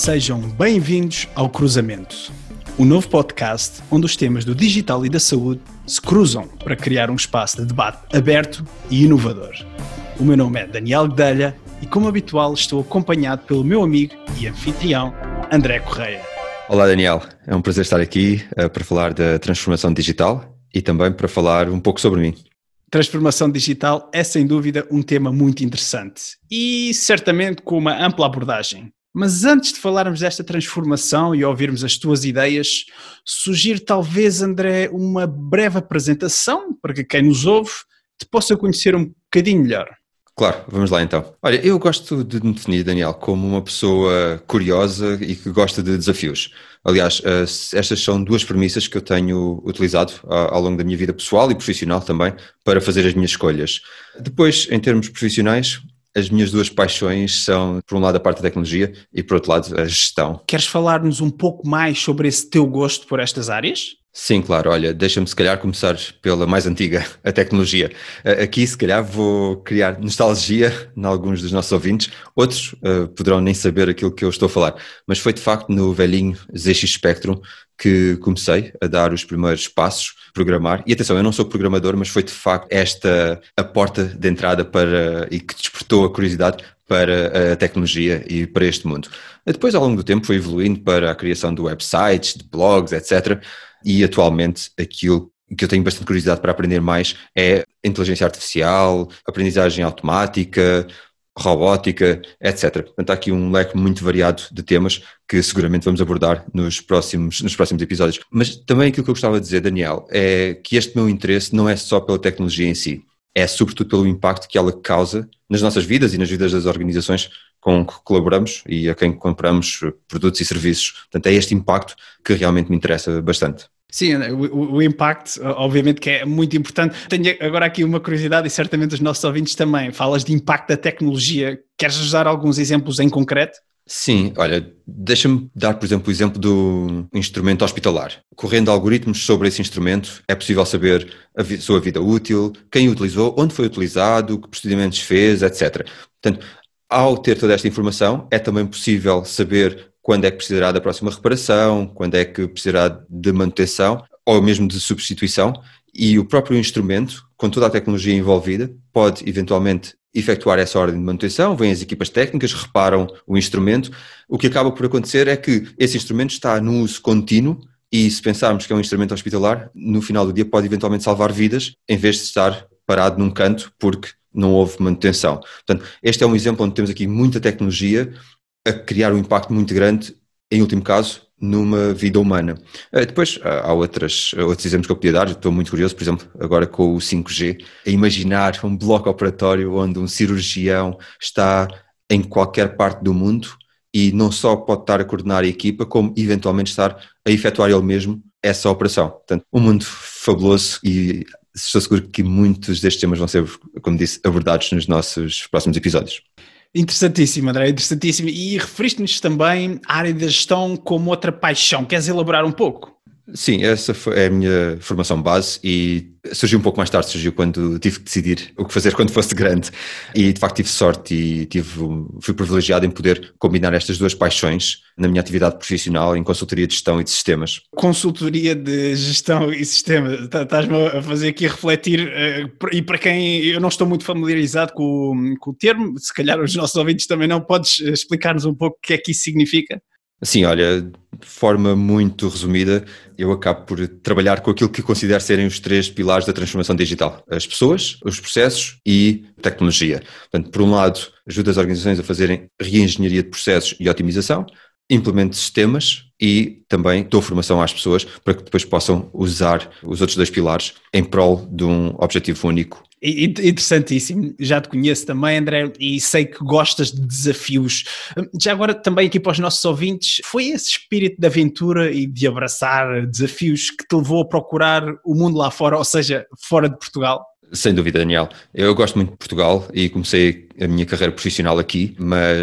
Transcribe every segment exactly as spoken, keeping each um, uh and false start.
Sejam bem-vindos ao Cruzamento, o novo podcast onde os temas do digital e da saúde se cruzam para criar um espaço de debate aberto e inovador. O meu nome é Daniel Guedelha e, como habitual, estou acompanhado pelo meu amigo e anfitrião, André Correia. Olá Daniel, é um prazer estar aqui uh, para falar da transformação digital e também para falar um pouco sobre mim. Transformação digital é sem dúvida um tema muito interessante e certamente com uma ampla abordagem. Mas antes de falarmos desta transformação e ouvirmos as tuas ideias, sugiro talvez, André, uma breve apresentação para que quem nos ouve te possa conhecer um bocadinho melhor. Claro, vamos lá então. Olha, eu gosto de me definir, Daniel, como uma pessoa curiosa e que gosta de desafios. Aliás, estas são duas premissas que eu tenho utilizado ao longo da minha vida pessoal e profissional também para fazer as minhas escolhas. Depois, em termos profissionais, as minhas duas paixões são, por um lado, a parte da tecnologia e, por outro lado, a gestão. Queres falar-nos um pouco mais sobre esse teu gosto por estas áreas? Sim, claro. Olha, deixa-me se calhar começar pela mais antiga, a tecnologia. Aqui se calhar vou criar nostalgia em alguns dos nossos ouvintes, outros uh, poderão nem saber aquilo que eu estou a falar, mas foi de facto no velhinho Z X Spectrum que comecei a dar os primeiros passos, programar, e atenção, eu não sou programador, mas foi de facto esta a porta de entrada para, e que despertou a curiosidade para a tecnologia e para este mundo. Depois, ao longo do tempo, foi evoluindo para a criação de websites, de blogs, etcétera. E atualmente aquilo que eu tenho bastante curiosidade para aprender mais é inteligência artificial, aprendizagem automática, robótica, etcétera. Portanto, há aqui um leque muito variado de temas que seguramente vamos abordar nos próximos, nos próximos episódios. Mas também aquilo que eu gostava de dizer, Daniel, é que este meu interesse não é só pela tecnologia em si, é sobretudo pelo impacto que ela causa nas nossas vidas e nas vidas das organizações com que colaboramos e a quem compramos produtos e serviços. Portanto, é este impacto que realmente me interessa bastante. Sim, o, o impacto, obviamente que é muito importante. Tenho agora aqui uma curiosidade e certamente os nossos ouvintes também. Falas de impacto da tecnologia. Queres dar alguns exemplos em concreto? Sim, olha, deixa-me dar, por exemplo, o exemplo do instrumento hospitalar. Correndo algoritmos sobre esse instrumento, é possível saber a sua vida útil, quem o utilizou, onde foi utilizado, que procedimentos fez, etcétera. Portanto, ao ter toda esta informação, é também possível saber quando é que precisará da próxima reparação, quando é que precisará de manutenção ou mesmo de substituição, e o próprio instrumento, com toda a tecnologia envolvida, pode eventualmente efetuar essa ordem de manutenção, vêm as equipas técnicas, reparam o instrumento. O que acaba por acontecer é que esse instrumento está no uso contínuo e, se pensarmos que é um instrumento hospitalar, no final do dia pode eventualmente salvar vidas em vez de estar parado num canto porque não houve manutenção. Portanto, este é um exemplo onde temos aqui muita tecnologia a criar um impacto muito grande, em último caso, numa vida humana. Depois há outras, outros exemplos que eu podia dar, estou muito curioso, por exemplo, agora com o cinco G, a imaginar um bloco operatório onde um cirurgião está em qualquer parte do mundo e não só pode estar a coordenar a equipa, como eventualmente estar a efetuar ele mesmo essa operação. Portanto, um mundo fabuloso e estou seguro que muitos destes temas vão ser, como disse, abordados nos nossos próximos episódios. Interessantíssimo, André, interessantíssimo. E referiste-nos também à área da gestão como outra paixão. Queres elaborar um pouco? Sim, essa foi a minha formação base e surgiu um pouco mais tarde, surgiu quando tive que decidir o que fazer quando fosse grande e de facto tive sorte e tive, fui privilegiado em poder combinar estas duas paixões na minha atividade profissional em consultoria de gestão e de sistemas. Consultoria de gestão e sistemas, estás-me a fazer aqui refletir e para quem eu não estou muito familiarizado com, com o termo, se calhar os nossos ouvintes também não, podes explicar-nos um pouco o que é que isso significa? Sim, olha, de forma muito resumida, eu acabo por trabalhar com aquilo que considero serem os três pilares da transformação digital. As pessoas, os processos e a tecnologia. Portanto, por um lado, ajuda as organizações a fazerem reengenharia de processos e otimização, implemento sistemas e também dou formação às pessoas para que depois possam usar os outros dois pilares em prol de um objetivo único. Interessantíssimo, já te conheço também, André, e sei que gostas de desafios. Já agora também aqui para os nossos ouvintes, foi esse espírito de aventura e de abraçar desafios que te levou a procurar o mundo lá fora, ou seja, fora de Portugal? Sem dúvida, Daniel. Eu gosto muito de Portugal e comecei a minha carreira profissional aqui, mas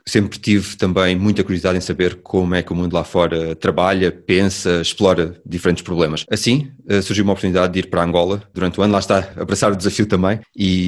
Sempre tive também muita curiosidade em saber como é que o mundo lá fora trabalha, pensa, explora diferentes problemas. Assim, surgiu uma oportunidade de ir para Angola durante o ano, lá está, abraçar o desafio também,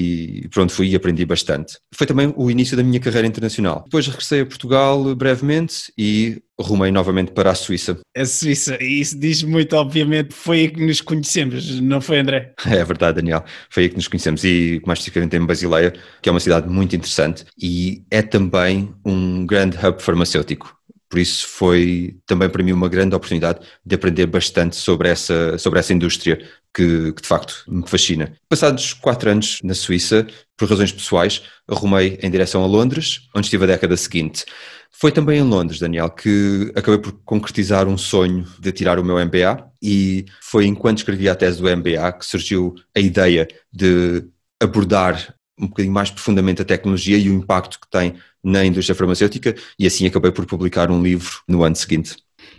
e pronto, fui e aprendi bastante. Foi também o início da minha carreira internacional. Depois regressei a Portugal brevemente e rumei novamente para a Suíça. A Suíça, e isso diz muito, obviamente, foi aí que nos conhecemos, não foi, André? É verdade, Daniel, foi aí que nos conhecemos, e mais especificamente em Basileia, que é uma cidade muito interessante e é também um grande hub farmacêutico. Por isso foi também para mim uma grande oportunidade de aprender bastante sobre essa, sobre essa indústria que, que de facto me fascina. Passados quatro anos na Suíça, por razões pessoais, arrumei em direção a Londres, onde estive a década seguinte. Foi também em Londres, Daniel, que acabei por concretizar um sonho de tirar o meu M B A, e foi enquanto escrevia a tese do M B A que surgiu a ideia de abordar um bocadinho mais profundamente a tecnologia e o impacto que tem na indústria farmacêutica, e assim acabei por publicar um livro no ano seguinte.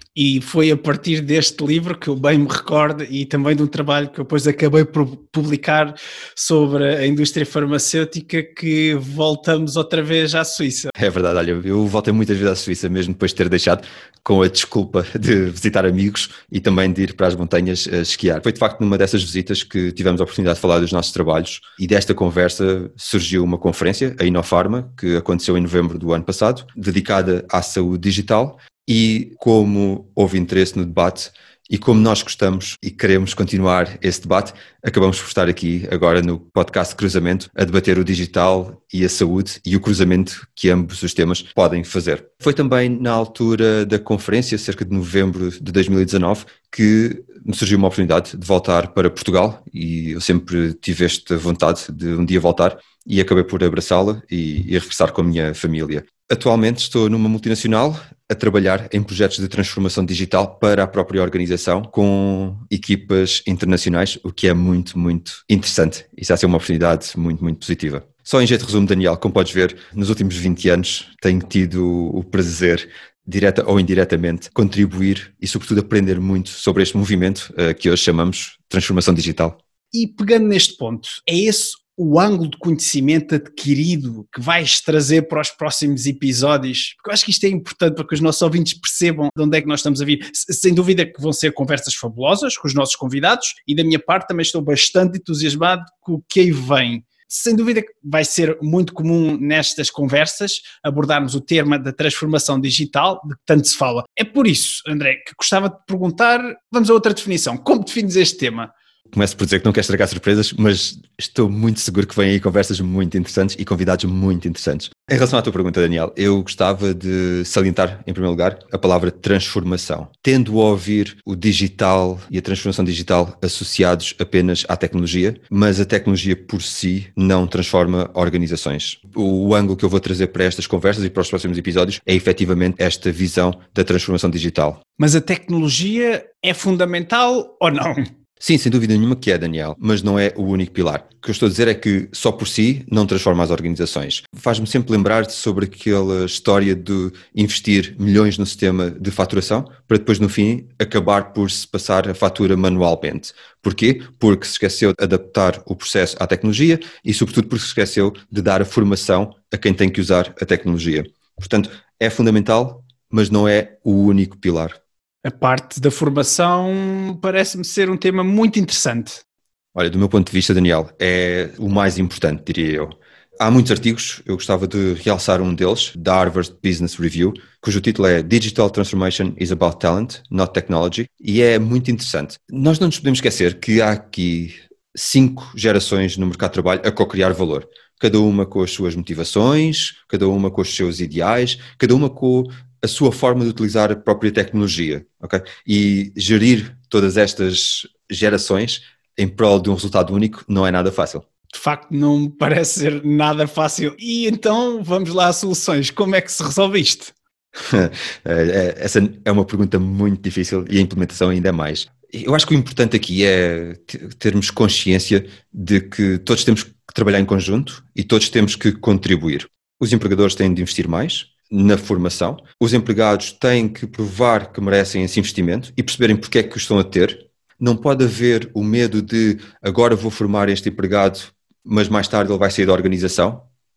E foi a partir deste livro que eu bem me recordo, e também de um trabalho que eu depois acabei por publicar sobre a indústria farmacêutica, que voltamos outra vez à Suíça. É verdade, olha, eu voltei muitas vezes à Suíça mesmo depois de ter deixado, com a desculpa de visitar amigos e também de ir para as montanhas a esquiar. Foi de facto numa dessas visitas que tivemos a oportunidade de falar dos nossos trabalhos, e desta conversa surgiu uma conferência, a Inofarma, que aconteceu em novembro do ano passado, dedicada à saúde digital. E como houve interesse no debate e como nós gostamos e queremos continuar esse debate, acabamos por estar aqui agora no podcast Cruzamento a debater o digital e a saúde e o cruzamento que ambos os temas podem fazer. Foi também na altura da conferência, cerca de novembro de dois mil e dezanove, que me surgiu uma oportunidade de voltar para Portugal, e eu sempre tive esta vontade de um dia voltar, e acabei por abraçá-la e, e regressar com a minha família. Atualmente estou numa multinacional a trabalhar em projetos de transformação digital para a própria organização, com equipas internacionais, o que é muito, muito interessante. Isso vai ser uma oportunidade muito, muito positiva. Só em jeito de resumo, Daniel, como podes ver, nos últimos vinte anos tenho tido o prazer, direta ou indiretamente, contribuir e sobretudo aprender muito sobre este movimento uh, que hoje chamamos transformação digital. E pegando neste ponto, é esse o ângulo de conhecimento adquirido que vais trazer para os próximos episódios? Porque eu acho que isto é importante para que os nossos ouvintes percebam de onde é que nós estamos a vir. Sem dúvida que vão ser conversas fabulosas com os nossos convidados, e da minha parte também estou bastante entusiasmado com o que aí vem. Sem dúvida que vai ser muito comum nestas conversas abordarmos o tema da transformação digital, de que tanto se fala. É por isso, André, que gostava de perguntar, vamos a outra definição. Como defines este tema? Começo por dizer que não quero estragar surpresas, mas estou muito seguro que vêm aí conversas muito interessantes e convidados muito interessantes. Em relação à tua pergunta, Daniel, eu gostava de salientar, em primeiro lugar, a palavra transformação. Tendo a ouvir o digital e a transformação digital associados apenas à tecnologia, mas a tecnologia por si não transforma organizações. O ângulo que eu vou trazer para estas conversas e para os próximos episódios é efetivamente esta visão da transformação digital. Mas a tecnologia é fundamental ou não? Sim, sem dúvida nenhuma que é, Daniel, mas não é o único pilar. O que eu estou a dizer é que só por si não transforma as organizações. Faz-me sempre lembrar sobre aquela história de investir milhões no sistema de faturação para depois no fim acabar por se passar a fatura manualmente. Porquê? Porque se esqueceu de adaptar o processo à tecnologia e sobretudo porque se esqueceu de dar a formação a quem tem que usar a tecnologia. Portanto, é fundamental, mas não é o único pilar. A parte da formação parece-me ser um tema muito interessante. Olha, do meu ponto de vista, Daniel, é o mais importante, diria eu. Há muitos artigos, eu gostava de realçar um deles, da Harvard Business Review, cujo título é Digital Transformation is about Talent, not Technology, e é muito interessante. Nós não nos podemos esquecer que há aqui cinco gerações no mercado de trabalho a co-criar valor. Cada uma com as suas motivações, cada uma com os seus ideais, cada uma com a sua forma de utilizar a própria tecnologia, ok? E gerir todas estas gerações em prol de um resultado único não é nada fácil. De facto, não me parece ser nada fácil. E então, vamos lá às soluções. Como é que se resolve isto? Essa é uma pergunta muito difícil e a implementação ainda é mais. Eu acho que o importante aqui é termos consciência de que todos temos que trabalhar em conjunto e todos temos que contribuir. Os empregadores têm de investir mais na formação, os empregados têm que provar que merecem esse investimento e perceberem porque é que o estão a ter. Não pode haver o medo de agora vou formar este empregado, mas mais tarde ele vai sair da organização.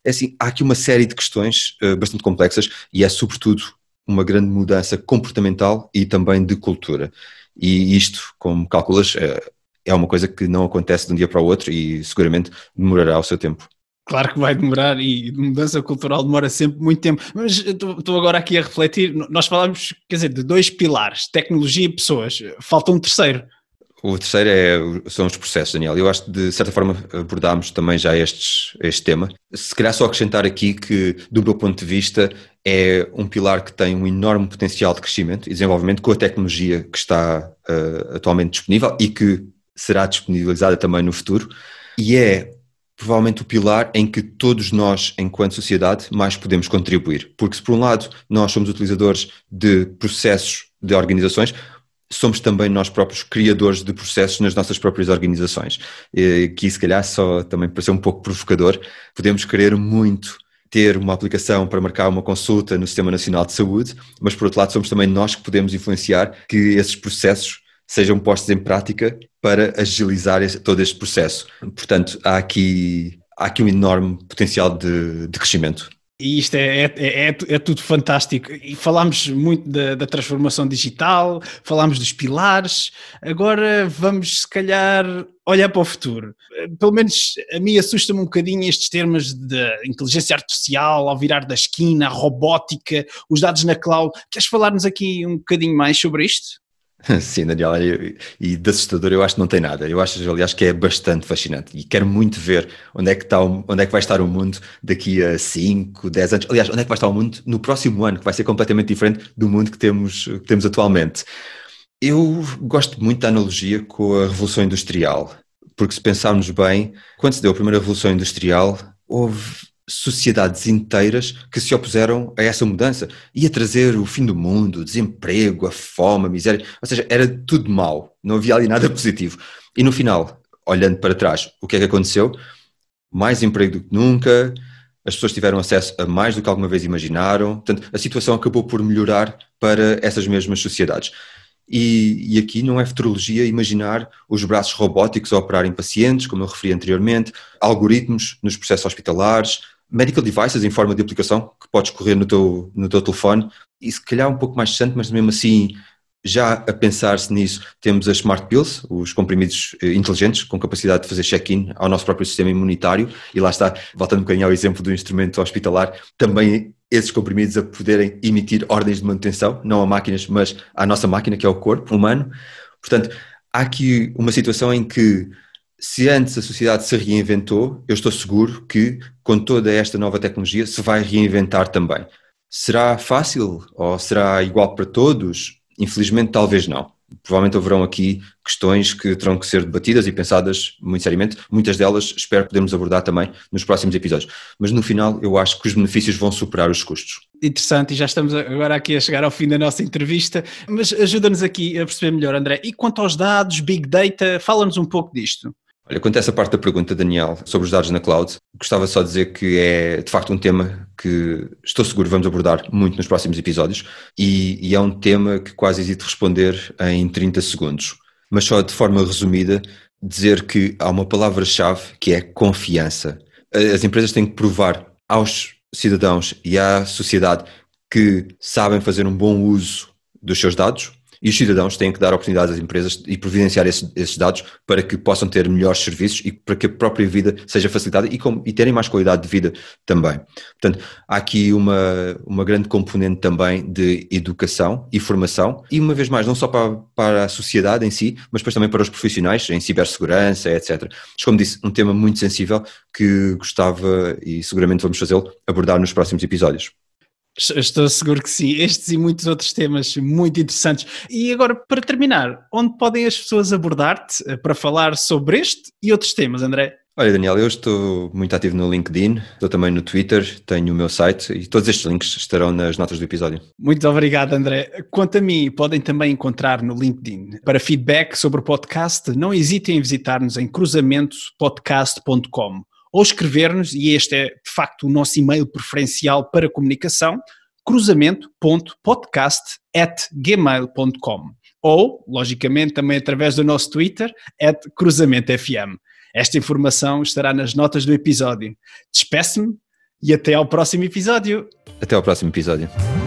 É assim, há aqui uma série de questões uh, bastante complexas e é sobretudo uma grande mudança comportamental e também de cultura. E isto, como calculas, é, é uma coisa que não acontece de um dia para o outro e seguramente demorará o seu tempo. Claro que vai demorar e mudança cultural demora sempre muito tempo, mas estou agora aqui a refletir, nós falamos, quer dizer, de dois pilares, tecnologia e pessoas, falta um terceiro. O terceiro é, são os processos, Daniel. Eu acho que de certa forma abordámos também já estes, este tema. Se calhar só acrescentar aqui que, do meu ponto de vista, é um pilar que tem um enorme potencial de crescimento e desenvolvimento com a tecnologia que está uh, atualmente disponível e que será disponibilizada também no futuro, e é provavelmente o pilar em que todos nós, enquanto sociedade, mais podemos contribuir. Porque se por um lado nós somos utilizadores de processos de organizações, somos também nós próprios criadores de processos nas nossas próprias organizações. E que se calhar só também para ser um pouco provocador, podemos querer muito ter uma aplicação para marcar uma consulta no Sistema Nacional de Saúde, mas por outro lado somos também nós que podemos influenciar que esses processos sejam postos em prática para agilizar esse, todo este processo. Portanto, há aqui, há aqui um enorme potencial de, de crescimento. E isto é, é, é, é tudo fantástico. E falámos muito da, da transformação digital, falámos dos pilares, agora vamos se calhar olhar para o futuro. Pelo menos a mim assusta-me um bocadinho estes termos de inteligência artificial, ao virar da esquina, a robótica, os dados na cloud. Queres falar-nos aqui um bocadinho mais sobre isto? Sim, Daniel, e de assustador eu acho que não tem nada. Eu acho, aliás, que é bastante fascinante e quero muito ver onde é que, está, onde é que vai estar o mundo daqui a cinco, dez anos. Aliás, onde é que vai estar o mundo no próximo ano, que vai ser completamente diferente do mundo que temos, que temos atualmente. Eu gosto muito da analogia com a Revolução Industrial, porque se pensarmos bem, quando se deu a primeira Revolução Industrial, houve sociedades inteiras que se opuseram a essa mudança. Ia trazer o fim do mundo, o desemprego, a fome, a miséria, ou seja, era tudo mau, não havia ali nada positivo. E no final, olhando para trás, o que é que aconteceu? Mais emprego do que nunca, as pessoas tiveram acesso a mais do que alguma vez imaginaram, portanto, a situação acabou por melhorar para essas mesmas sociedades. E, e aqui não é futurologia imaginar os braços robóticos a operar em pacientes, como eu referi anteriormente, algoritmos nos processos hospitalares, medical devices em forma de aplicação que podes correr no teu, no teu telefone, e se calhar um pouco mais distante, mas mesmo assim, já a pensar-se nisso, temos as smart pills, os comprimidos inteligentes com capacidade de fazer check-in ao nosso próprio sistema imunitário, e lá está, voltando um bocadinho ao exemplo do instrumento hospitalar, também esses comprimidos a poderem emitir ordens de manutenção, não a máquinas, mas à nossa máquina, que é o corpo humano. Portanto, há aqui uma situação em que, se antes a sociedade se reinventou, eu estou seguro que com toda esta nova tecnologia se vai reinventar também. Será fácil ou será igual para todos? Infelizmente, talvez não. Provavelmente haverão aqui questões que terão que ser debatidas e pensadas muito seriamente. Muitas delas espero podermos abordar também nos próximos episódios. Mas no final eu acho que os benefícios vão superar os custos. Interessante, e já estamos agora aqui a chegar ao fim da nossa entrevista, mas ajuda-nos aqui a perceber melhor, André. E quanto aos dados, Big Data, fala-nos um pouco disto. Olha, quanto a essa parte da pergunta, Daniel, sobre os dados na cloud, gostava só de dizer que é de facto um tema que estou seguro vamos abordar muito nos próximos episódios e, e é um tema que quase hesito responder em trinta segundos, mas só de forma resumida dizer que há uma palavra-chave que é confiança. As empresas têm que provar aos cidadãos e à sociedade que sabem fazer um bom uso dos seus dados. E os cidadãos têm que dar oportunidades às empresas e providenciar esses, esses dados para que possam ter melhores serviços e para que a própria vida seja facilitada e, com, e terem mais qualidade de vida também. Portanto, há aqui uma, uma grande componente também de educação e formação e, uma vez mais, não só para, para a sociedade em si, mas depois também para os profissionais em cibersegurança, etcétera. Mas, como disse, um tema muito sensível que gostava, e seguramente vamos fazê-lo, abordar nos próximos episódios. Estou seguro que sim, estes e muitos outros temas muito interessantes. E agora, para terminar, onde podem as pessoas abordar-te para falar sobre este e outros temas, André? Olha, Daniel, eu estou muito ativo no LinkedIn, estou também no Twitter, tenho o meu site e todos estes links estarão nas notas do episódio. Muito obrigado, André. Quanto a mim, podem também encontrar no LinkedIn. Para feedback sobre o podcast, não hesitem em visitar-nos em cruzamento podcast ponto com. Ou escrever-nos, e este é de facto o nosso e-mail preferencial para comunicação, cruzamento ponto podcast arroba gmail ponto com. Ou, logicamente, também através do nosso Twitter, arroba cruzamento f m. Esta informação estará nas notas do episódio. Despeço-me, E até ao próximo episódio. Até ao próximo episódio.